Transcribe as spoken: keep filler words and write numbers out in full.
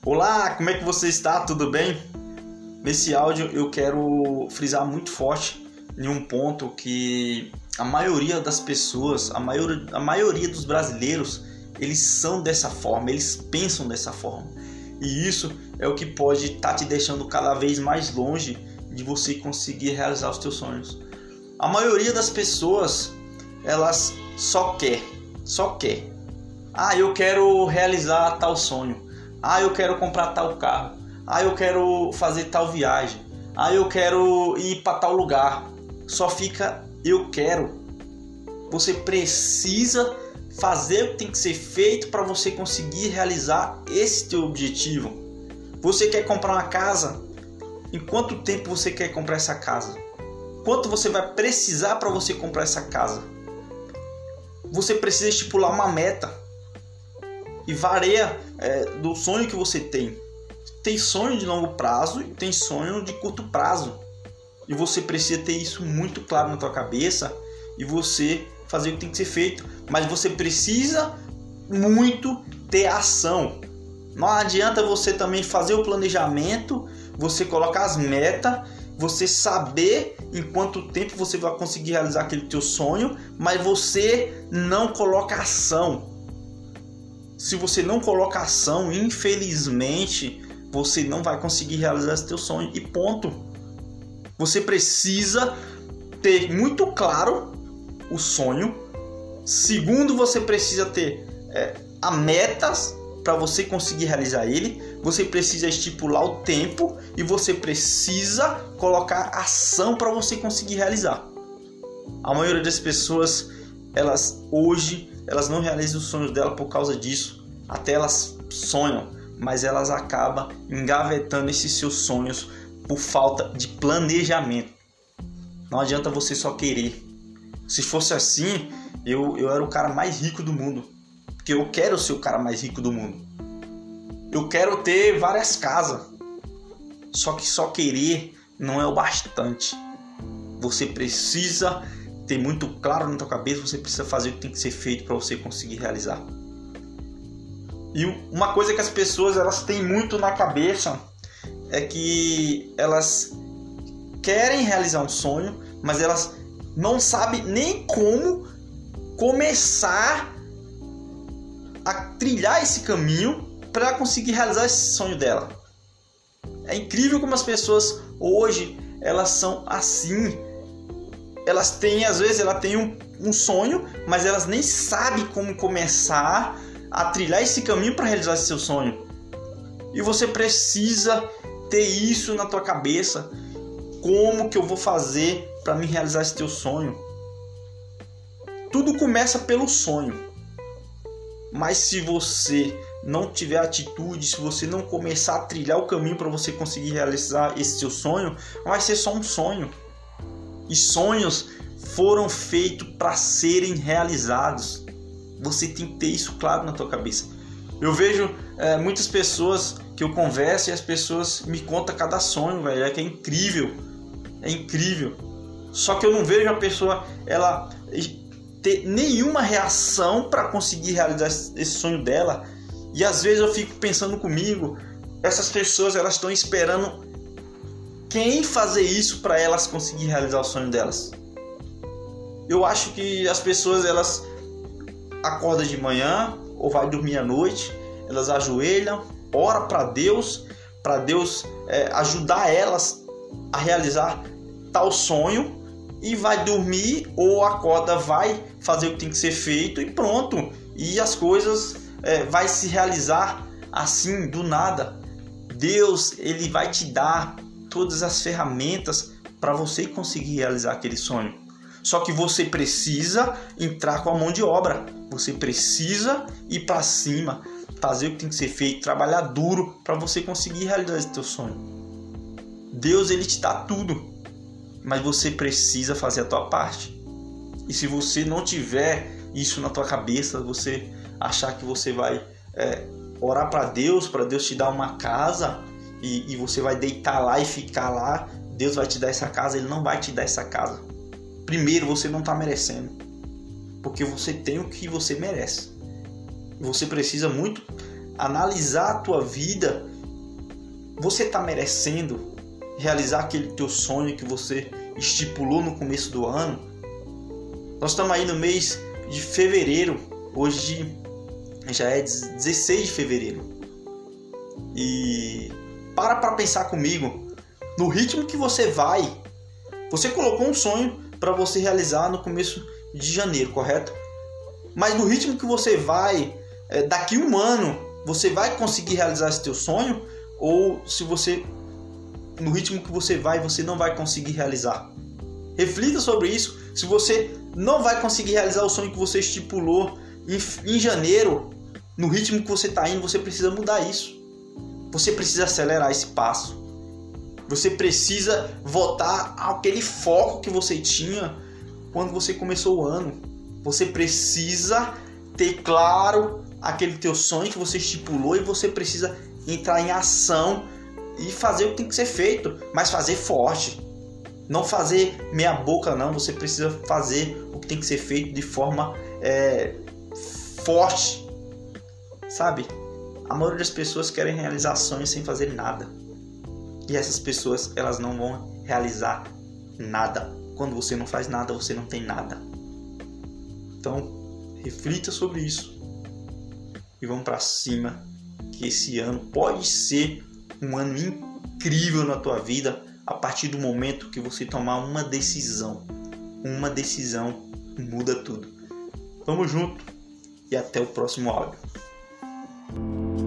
Olá, como é que você está? Tudo bem? Nesse áudio eu quero frisar muito forte em um ponto que a maioria das pessoas, a, maior, a maioria dos brasileiros, eles são dessa forma, eles pensam dessa forma. E isso é o que pode estar te deixando cada vez mais longe de você conseguir realizar os teus sonhos. A maioria das pessoas, elas só quer, só quer. Ah, eu quero realizar tal sonho. Ah, eu quero comprar tal carro. Ah, eu quero fazer tal viagem. Ah, eu quero ir para tal lugar. Só fica eu quero. Você precisa fazer o que tem que ser feito para você conseguir realizar esse teu objetivo. Você quer comprar uma casa? Em quanto tempo você quer comprar essa casa? Quanto você vai precisar para você comprar essa casa? Você precisa estipular uma meta e varia é, do sonho que você tem. Tem sonho de longo prazo e tem sonho de curto prazo. E você precisa ter isso muito claro na tua cabeça e você fazer o que tem que ser feito. Mas você precisa muito ter ação. Não adianta você também fazer o planejamento, você colocar as metas, você saber em quanto tempo você vai conseguir realizar aquele teu sonho, mas você não coloca ação. Se você não coloca ação, infelizmente, você não vai conseguir realizar esse teu sonho e ponto. Você precisa ter muito claro o sonho. Segundo, você precisa ter é, a metas para você conseguir realizar ele. Você precisa estipular o tempo e você precisa colocar ação para você conseguir realizar. A maioria das pessoas, elas hoje, elas não realizam os sonhos dela por causa disso. Até elas sonham, mas elas acabam engavetando esses seus sonhos por falta de planejamento. Não adianta você só querer. Se fosse assim, eu, eu era o cara mais rico do mundo. Porque eu quero ser o cara mais rico do mundo. Eu quero ter várias casas. Só que só querer não é o bastante. Você precisa ter muito claro na tua cabeça, você precisa fazer o que tem que ser feito para você conseguir realizar. E uma coisa que as pessoas elas têm muito na cabeça é que elas querem realizar um sonho, mas elas não sabem nem como começar a trilhar esse caminho para conseguir realizar esse sonho dela. É incrível como as pessoas hoje elas são assim. Elas têm, às vezes, ela tem um, um sonho, mas elas nem sabem como começar a trilhar esse caminho para realizar esse seu sonho. E você precisa ter isso na tua cabeça. Como que eu vou fazer para me realizar esse teu sonho? Tudo começa pelo sonho. Mas se você não tiver atitude, se você não começar a trilhar o caminho para você conseguir realizar esse seu sonho, vai ser só um sonho. E sonhos foram feitos para serem realizados. Você tem que ter isso claro na tua cabeça. Eu vejo é, muitas pessoas que eu converso e as pessoas me contam cada sonho, velho, é que é incrível. É incrível. Só que eu não vejo a pessoa ela ter nenhuma reação para conseguir realizar esse sonho dela. E às vezes eu fico pensando comigo, essas pessoas elas estão esperando quem fazer isso para elas conseguir realizar o sonho delas. Eu acho que as pessoas elas acordam de manhã ou vai dormir à noite, elas ajoelham, oram para Deus, para Deus é, ajudar elas a realizar tal sonho e vai dormir ou acorda, vai fazer o que tem que ser feito e pronto. E as coisas é, vai se realizar assim do nada. Deus ele vai te dar todas as ferramentas para você conseguir realizar aquele sonho. Só que você precisa entrar com a mão de obra. Você precisa ir para cima, fazer o que tem que ser feito, trabalhar duro para você conseguir realizar esse teu sonho. Deus ele te dá tudo, mas você precisa fazer a tua parte. E se você não tiver isso na tua cabeça, você achar que você vai é, orar para Deus, para Deus te dar uma casa, E, e você vai deitar lá e ficar lá, Deus vai te dar essa casa, Ele não vai te dar essa casa. Primeiro, você não está merecendo, porque você tem o que você merece. Você precisa muito analisar a tua vida você está merecendo realizar aquele teu sonho que você estipulou no começo do ano? Nós estamos aí no mês de fevereiro, hoje já é dezesseis de fevereiro. E para para pensar comigo, no ritmo que você vai, você colocou um sonho para você realizar no começo de janeiro, correto? Mas no ritmo que você vai, daqui a um ano, você vai conseguir realizar esse teu sonho? Ou se você, no ritmo que você vai, você não vai conseguir realizar? Reflita sobre isso. Se você não vai conseguir realizar o sonho que você estipulou em, em janeiro, no ritmo que você está indo, você precisa mudar isso. Você precisa acelerar esse passo. Você precisa voltar àquele foco que você tinha quando você começou o ano. Você precisa ter claro aquele teu sonho que você estipulou e você precisa entrar em ação e fazer o que tem que ser feito, mas fazer forte. Não fazer meia boca não, você precisa fazer o que tem que ser feito de forma é, forte, sabe? A maioria das pessoas querem realizar sonhos sem fazer nada. E essas pessoas, elas não vão realizar nada. Quando você não faz nada, você não tem nada. Então, reflita sobre isso. E vamos para cima, que esse ano pode ser um ano incrível na tua vida a partir do momento que você tomar uma decisão. Uma decisão muda tudo. Tamo junto e até o próximo áudio.